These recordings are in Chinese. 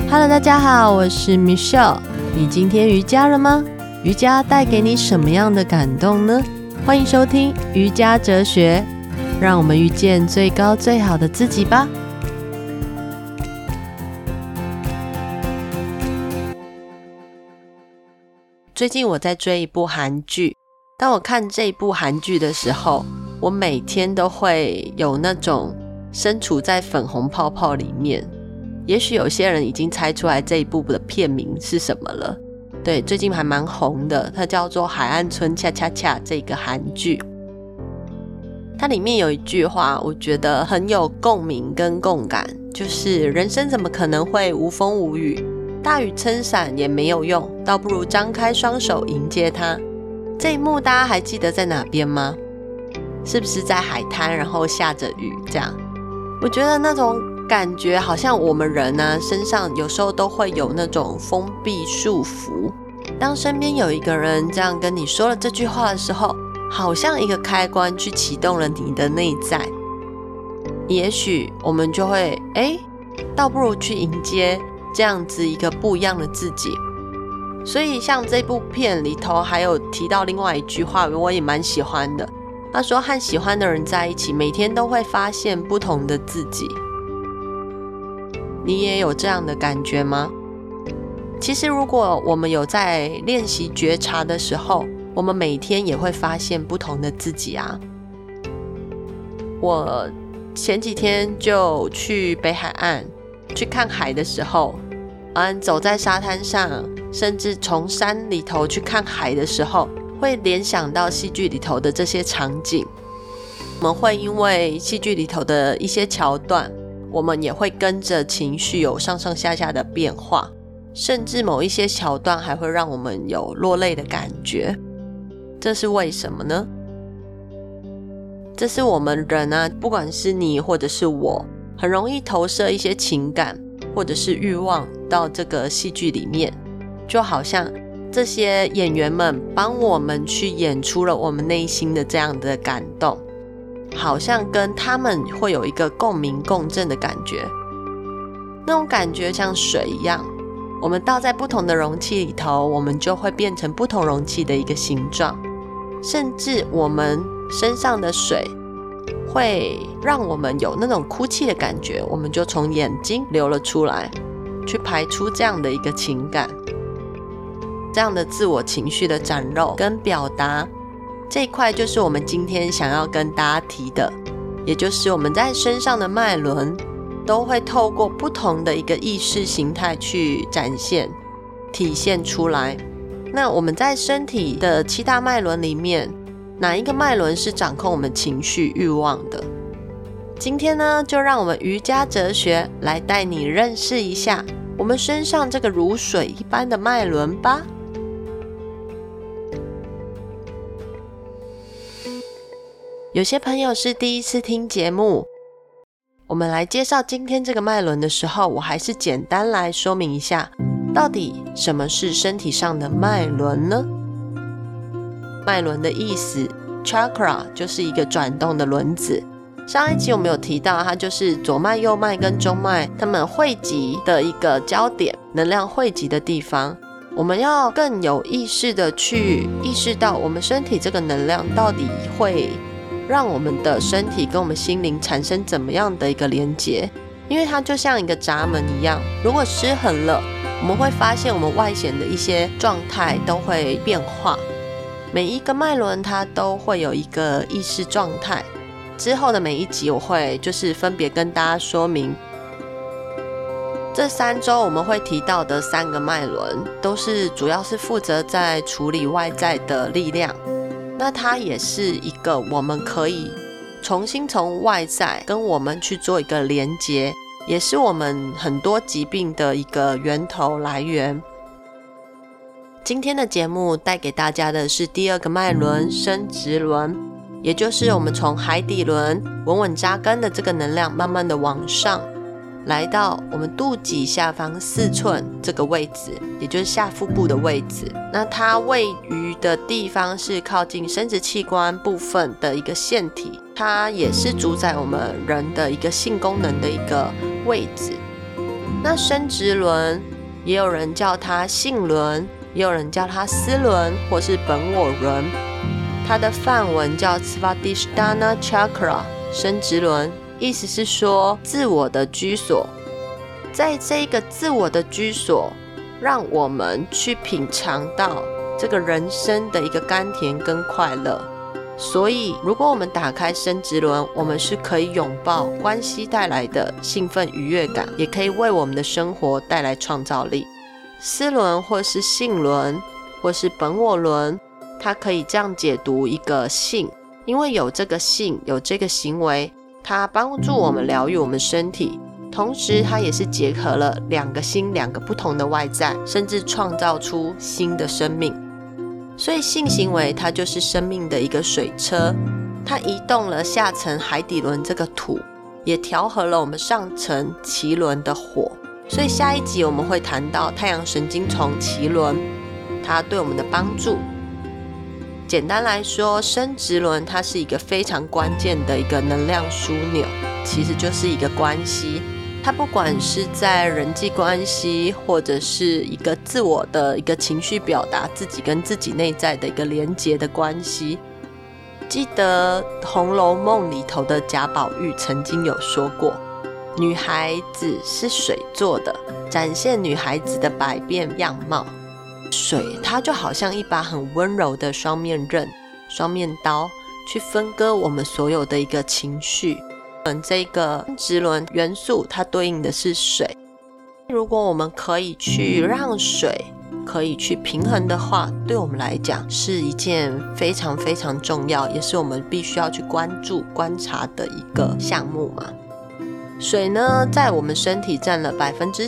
Hello， 大家好，我是 Michelle。你今天瑜伽了吗？瑜伽带给你什么样的感动呢？欢迎收听瑜伽哲学，让我们遇见最高最好的自己吧。最近我在追一部韩剧，当我看这一部韩剧的时候，我每天都会有那种身处在粉红泡泡里面。也许有些人已经猜出来这一部的片名是什么了。对，最近还蛮红的，它叫做《海岸村恰恰恰》这个韩剧。它里面有一句话我觉得很有共鸣跟共感，就是人生怎么可能会无风无雨，大雨撑伞也没有用，倒不如张开双手迎接它。这一幕大家还记得在哪边吗？是不是在海滩，然后下着雨这样？我觉得那种感觉好像我们人啊，身上有时候都会有那种封闭束缚。当身边有一个人这样跟你说了这句话的时候，好像一个开关去启动了你的内在。也许我们就会倒不如去迎接这样子一个不一样的自己。所以像这部片里头还有提到另外一句话，我也蛮喜欢的。他说和喜欢的人在一起，每天都会发现不同的自己。你也有这样的感觉吗？其实如果我们有在练习觉察的时候，我们每天也会发现不同的自己啊。我前几天就去北海岸去看海的时候，走在沙滩上，甚至从山里头去看海的时候，会联想到戏剧里头的这些场景。我们会因为戏剧里头的一些桥段，我们也会跟着情绪有上上下下的变化，甚至某一些桥段还会让我们有落泪的感觉。这是为什么呢？这是我们人啊，不管是你或者是我，很容易投射一些情感或者是欲望到这个戏剧里面，就好像这些演员们帮我们去演出了我们内心的这样的感动，好像跟他们会有一个共鸣共振的感觉。那种感觉像水一样，我们倒在不同的容器里头，我们就会变成不同容器的一个形状。甚至我们身上的水会让我们有那种哭泣的感觉，我们就从眼睛流了出来，去排出这样的一个情感，这样的自我情绪的展露跟表达。这一块就是我们今天想要跟大家提的，也就是我们在身上的脉轮都会透过不同的一个意识形态去展现体现出来。那我们在身体的7大脉轮里面，哪一个脉轮是掌控我们情绪欲望的？今天呢，就让我们瑜伽哲学来带你认识一下我们身上这个如水一般的脉轮吧。有些朋友是第一次听节目，我们来介绍今天这个脉轮的时候，我还是简单来说明一下，到底什么是身体上的脉轮呢？脉轮的意思 chakra 就是一个转动的轮子。上一集我们有提到，它就是左脉右脉跟中脉它们汇集的一个焦点，能量汇集的地方。我们要更有意识的去意识到我们身体这个能量到底会让我们的身体跟我们心灵产生怎么样的一个连结。因为它就像一个闸门一样，如果失衡了，我们会发现我们外显的一些状态都会变化。每一个脉轮它都会有一个意识状态，之后的每一集我会就是分别跟大家说明。这3周我们会提到的3个脉轮都是主要是负责在处理外在的力量，那它也是一个我们可以重新从外在跟我们去做一个连结，也是我们很多疾病的一个源头来源。今天的节目带给大家的是第2个脉轮生殖轮，也就是我们从海底轮稳稳扎根的这个能量，慢慢的往上来到我们肚脐下方4寸这个位置，也就是下腹部的位置。那它位于的地方是靠近生殖器官部分的一个腺体，它也是主宰我们人的一个性功能的一个位置。 那生殖轮也有人叫它性轮，也有人叫它思轮或是本我轮，它的梵文叫 Svadhisthana Chakra 生殖轮，意思是说自我的居所。在这个自我的居所，让我们去品尝到这个人生的一个甘甜跟快乐。所以如果我们打开生殖轮，我们是可以拥抱关系带来的兴奋愉悦感，也可以为我们的生活带来创造力。思轮或是性轮或是本我轮，它可以这样解读一个性，因为有这个性，有这个行为，它帮助我们疗愈我们身体，同时它也是结合了两个心，两个不同的外在，甚至创造出新的生命。所以性行为它就是生命的一个水车，它移动了下层海底轮这个土，也调和了我们上层脐轮的火。所以下一集我们会谈到太阳神经丛脐轮，它对我们的帮助。简单来说，生殖轮它是一个非常关键的一个能量枢纽，其实就是一个关系。它不管是在人际关系，或者是一个自我的一个情绪表达，自己跟自己内在的一个连结的关系。记得《红楼梦》里头的贾宝玉曾经有说过，女孩子是水做的，展现女孩子的百变样貌。水它就好像一把很温柔的双面刃、双面刀，去分割我们所有的一个情绪。这个生殖轮元素它对应的是水，如果我们可以去让水可以去平衡的话，对我们来讲是一件非常非常重要，也是我们必须要去关注观察的一个项目嘛。水呢，在我们身体占了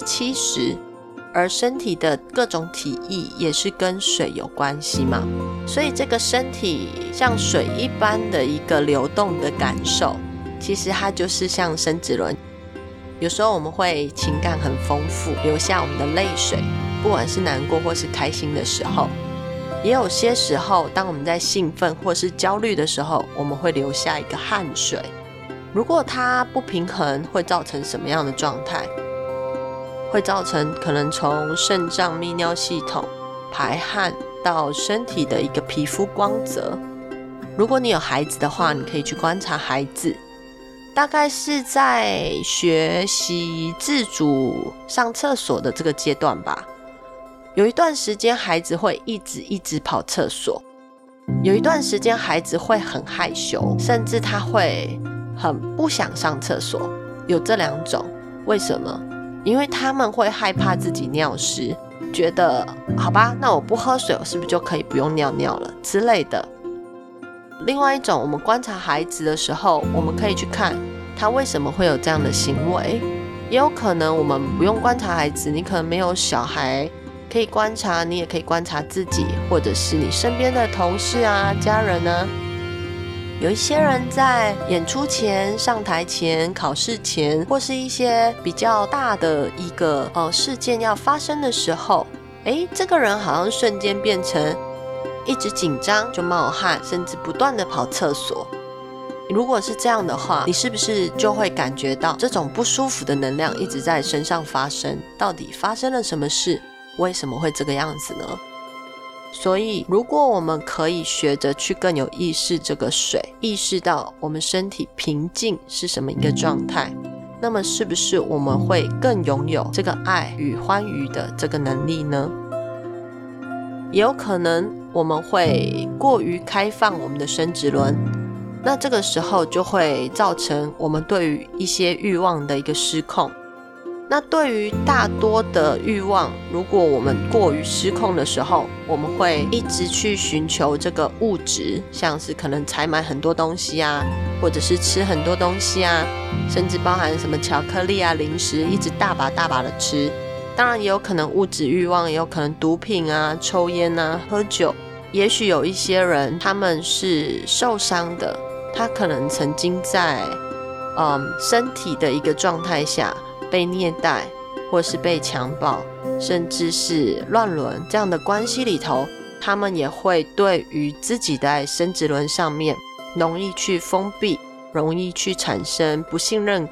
70%， 而身体的各种体液也是跟水有关系嘛，所以这个身体像水一般的一个流动的感受，其实它就是像生殖轮。有时候我们会情感很丰富，流下我们的泪水，不管是难过或是开心的时候。也有些时候，当我们在兴奋或是焦虑的时候，我们会流下一个汗水。如果它不平衡，会造成什么样的状态？会造成可能从肾脏、泌尿系统排汗到身体的一个皮肤光泽。如果你有孩子的话，你可以去观察孩子，大概是在学习自主上厕所的这个阶段吧。有一段时间孩子会一直跑厕所，有一段时间孩子会很害羞，甚至他会很不想上厕所，有这两种。为什么？因为他们会害怕自己尿湿，觉得好吧，那我不喝水，我是不是就可以不用尿尿了之类的。另外一种，我们观察孩子的时候，我们可以去看他为什么会有这样的行为。也有可能我们不用观察孩子，你可能没有小孩可以观察，你也可以观察自己，或者是你身边的同事啊、家人啊。有一些人在演出前、上台前、考试前，或是一些比较大的一个事件要发生的时候，这个人好像瞬间变成一直紧张，就冒汗，甚至不断的跑厕所。如果是这样的话，你是不是就会感觉到这种不舒服的能量一直在身上发生？到底发生了什么事？为什么会这个样子呢？所以如果我们可以学着去更有意识这个水，意识到我们身体平静是什么一个状态，那么是不是我们会更拥有这个爱与欢愉的这个能力呢？也有可能我们会过于开放我们的生殖轮，那这个时候就会造成我们对于一些欲望的一个失控。那对于大多的欲望，如果我们过于失控的时候，我们会一直去寻求这个物质，像是可能采买很多东西啊，或者是吃很多东西啊，甚至包含什么巧克力啊、零食，一直大把大把的吃。当然也有可能物质欲望，也有可能毒品啊、抽烟啊、喝酒。也许有一些人他们是受伤的，他可能曾经在身体的一个状态下被虐待，或是被强暴，甚至是乱伦这样的关系里头，他们也会对于自己在生殖轮上面容易去封闭，容易去产生不信任感，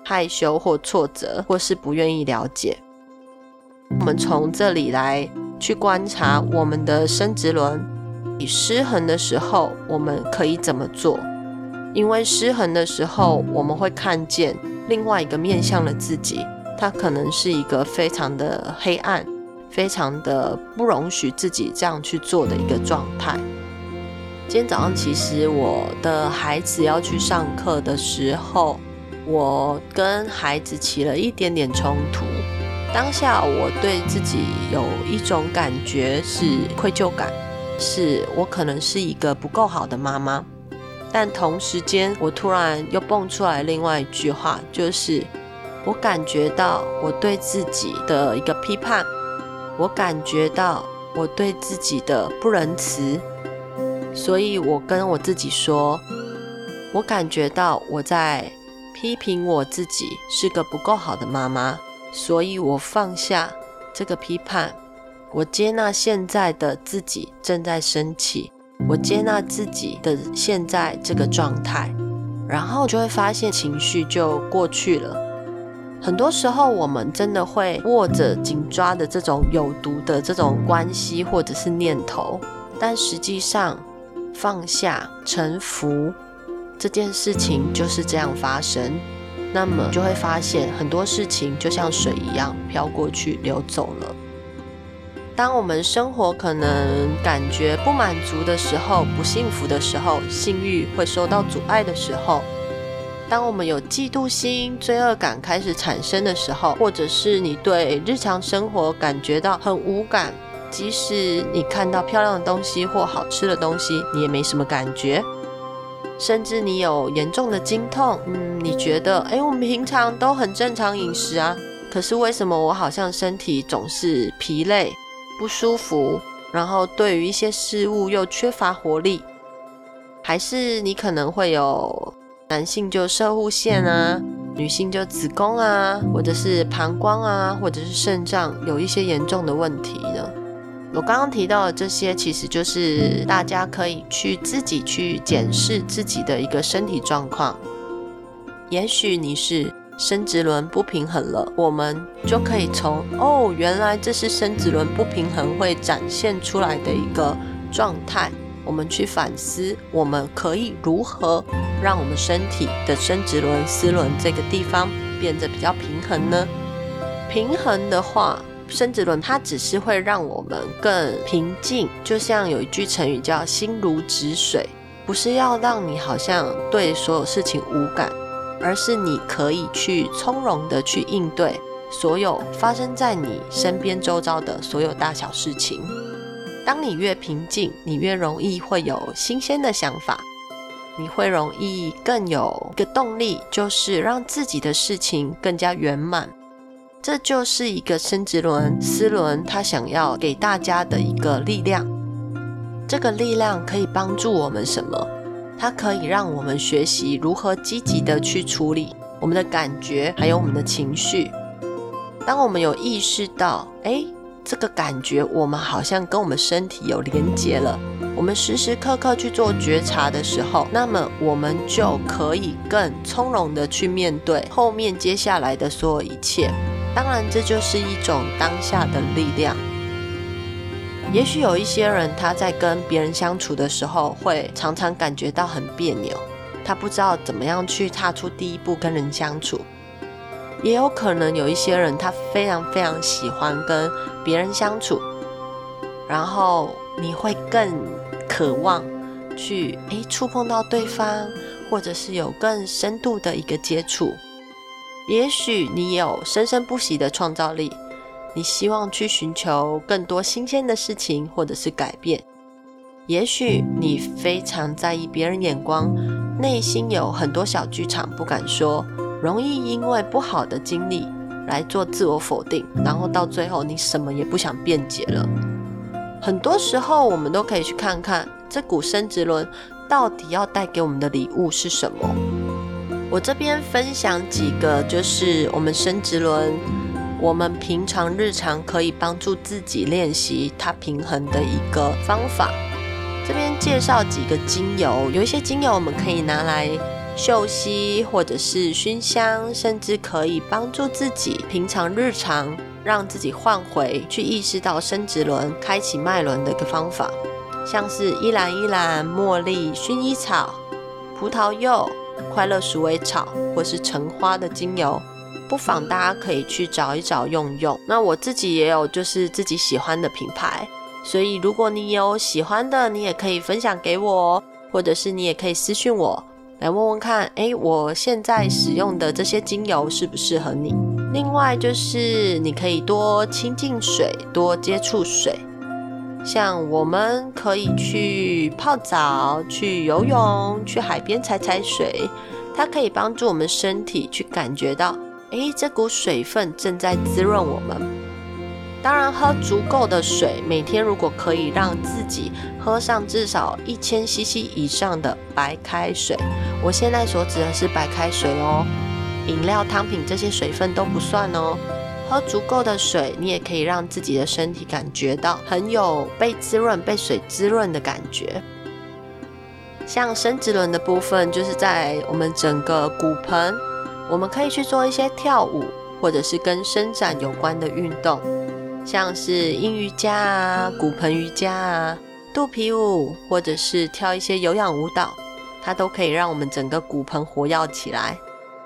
害羞或挫折，或是不愿意了解。我们从这里来去观察我们的生殖轮失衡的时候，我们可以怎么做？因为失衡的时候，我们会看见另外一个面向的自己，它可能是一个非常的黑暗，非常的不容许自己这样去做的一个状态。今天早上其实我的孩子要去上课的时候，我跟孩子起了一点点冲突。当下我对自己有一种感觉是愧疚感，是我可能是一个不够好的妈妈。但同时间我突然又蹦出来另外一句话，就是我感觉到我对自己的一个批判，我感觉到我对自己的不仁慈，所以我跟我自己说，我感觉到我在批评我自己是个不够好的妈妈，所以我放下这个批判，我接纳现在的自己正在生气，我接纳自己的现在这个状态，然后就会发现情绪就过去了。很多时候我们真的会握着紧抓的这种有毒的这种关系或者是念头，但实际上放下臣服这件事情就是这样发生，那么就会发现很多事情就像水一样飘过去流走了。当我们生活可能感觉不满足的时候，不幸福的时候，性欲会受到阻碍的时候，当我们有嫉妒心、罪恶感开始产生的时候，或者是你对日常生活感觉到很无感，即使你看到漂亮的东西或好吃的东西，你也没什么感觉，甚至你有严重的经痛，你觉得我们平常都很正常饮食啊，可是为什么我好像身体总是疲累、不舒服，然后对于一些事物又缺乏活力？还是你可能会有男性就摄护腺啊，女性就子宫啊，或者是膀胱啊，或者是肾脏有一些严重的问题呢？我刚刚提到的这些，其实就是大家可以去自己去检视自己的一个身体状况。也许你是生殖轮不平衡了，我们就可以从原来这是生殖轮不平衡会展现出来的一个状态，我们去反思我们可以如何让我们身体的生殖轮、丝轮这个地方变得比较平衡呢？平衡的话，生殖轮它只是会让我们更平静，就像有一句成语叫心如止水，不是要让你好像对所有事情无感，而是你可以去从容的去应对所有发生在你身边周遭的所有大小事情。当你越平静，你越容易会有新鲜的想法，你会容易更有一个动力，就是让自己的事情更加圆满。这就是一个生殖轮、丝轮它想要给大家的一个力量。这个力量可以帮助我们什么？它可以让我们学习如何积极的去处理我们的感觉还有我们的情绪。当我们有意识到这个感觉我们好像跟我们身体有连结了，我们时时刻刻去做觉察的时候，那么我们就可以更从容的去面对后面接下来的所有一切。当然这就是一种当下的力量。也许有一些人他在跟别人相处的时候会常常感觉到很别扭，他不知道怎么样去踏出第一步跟人相处。也有可能有一些人他非常非常喜欢跟别人相处，然后你会更渴望去触碰到对方，或者是有更深度的一个接触。也许你有生生不息的创造力，你希望去寻求更多新鲜的事情或者是改变。也许你非常在意别人眼光，内心有很多小剧场不敢说，容易因为不好的经历来做自我否定，然后到最后你什么也不想辩解了。很多时候我们都可以去看看这股生殖轮到底要带给我们的礼物是什么。我这边分享几个就是我们生殖轮我们平常日常可以帮助自己练习它平衡的一个方法。这边介绍几个精油，有一些精油我们可以拿来嗅吸或者是熏香，甚至可以帮助自己平常日常让自己换回去意识到生殖轮、开启脉轮的一个方法，像是依兰依兰、茉莉、薰衣草、葡萄柚、快乐鼠尾草或是橙花的精油，不妨大家可以去找一找用用。那我自己也有就是自己喜欢的品牌，所以如果你有喜欢的，你也可以分享给我，或者是你也可以私讯我来问问看，我现在使用的这些精油适不适合你。另外就是你可以多亲近水，多接触水，像我们可以去泡澡、去游泳、去海边踩踩水，它可以帮助我们身体去感觉到这股水分正在滋润我们。当然喝足够的水，每天如果可以让自己喝上至少1000cc 以上的白开水，我现在所指的是白开水哦，饮料、汤品这些水分都不算哦。喝足够的水，你也可以让自己的身体感觉到很有被滋润、被水滋润的感觉。像生殖轮的部分，就是在我们整个骨盆，我们可以去做一些跳舞，或者是跟伸展有关的运动，像是阴瑜伽啊、骨盆瑜伽啊、肚皮舞，或者是跳一些有氧舞蹈，它都可以让我们整个骨盆活跃起来。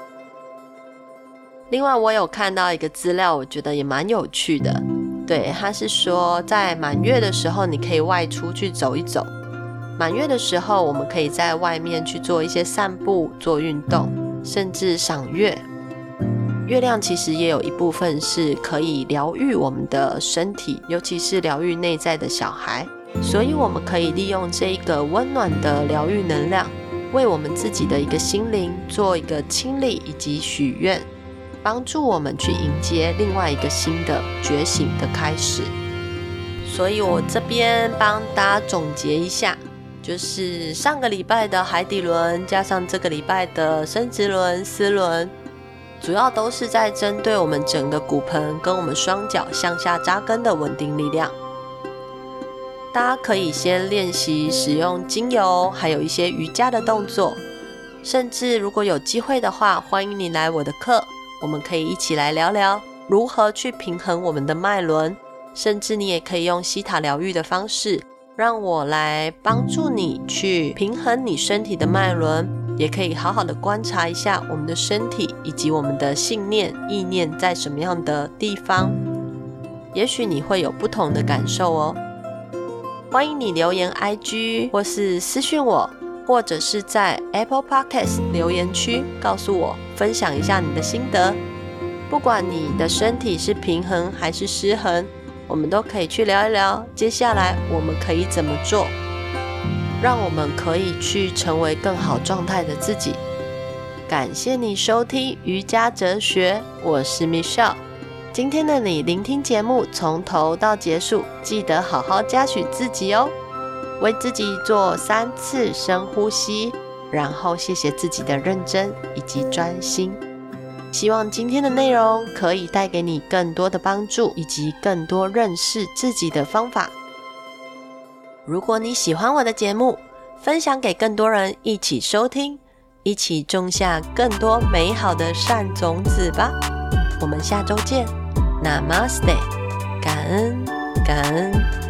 另外我有看到一个资料，我觉得也蛮有趣的，对，它是说在满月的时候你可以外出去走一走。满月的时候我们可以在外面去做一些散步、做运动，甚至赏月。月亮其实也有一部分是可以疗愈我们的身体，尤其是疗愈内在的小孩，所以我们可以利用这一个温暖的疗愈能量，为我们自己的一个心灵做一个清理以及许愿，帮助我们去迎接另外一个新的觉醒的开始。所以我这边帮大家总结一下，就是上个礼拜的海底轮加上这个礼拜的生殖轮、丝轮，主要都是在针对我们整个骨盆跟我们双脚向下扎根的稳定力量。大家可以先练习使用精油，还有一些瑜伽的动作，甚至如果有机会的话，欢迎你来我的课，我们可以一起来聊聊如何去平衡我们的脉轮，甚至你也可以用西塔疗愈的方式，让我来帮助你去平衡你身体的脉轮，也可以好好的观察一下我们的身体以及我们的信念、意念在什么样的地方，也许你会有不同的感受哦。欢迎你留言 IG 或是私讯我，或者是在 Apple Podcast 留言区告诉我，分享一下你的心得。不管你的身体是平衡还是失衡，我们都可以去聊一聊，接下来我们可以怎么做，让我们可以去成为更好状态的自己。感谢你收听瑜伽哲学，我是 Michelle。今天的你聆听节目从头到结束，记得好好嘉许自己哦，为自己做3次深呼吸，然后谢谢自己的认真以及专心。希望今天的内容可以带给你更多的帮助，以及更多认识自己的方法。如果你喜欢我的节目，分享给更多人一起收听，一起种下更多美好的善种子吧。我们下周见， Namaste， 感恩感恩。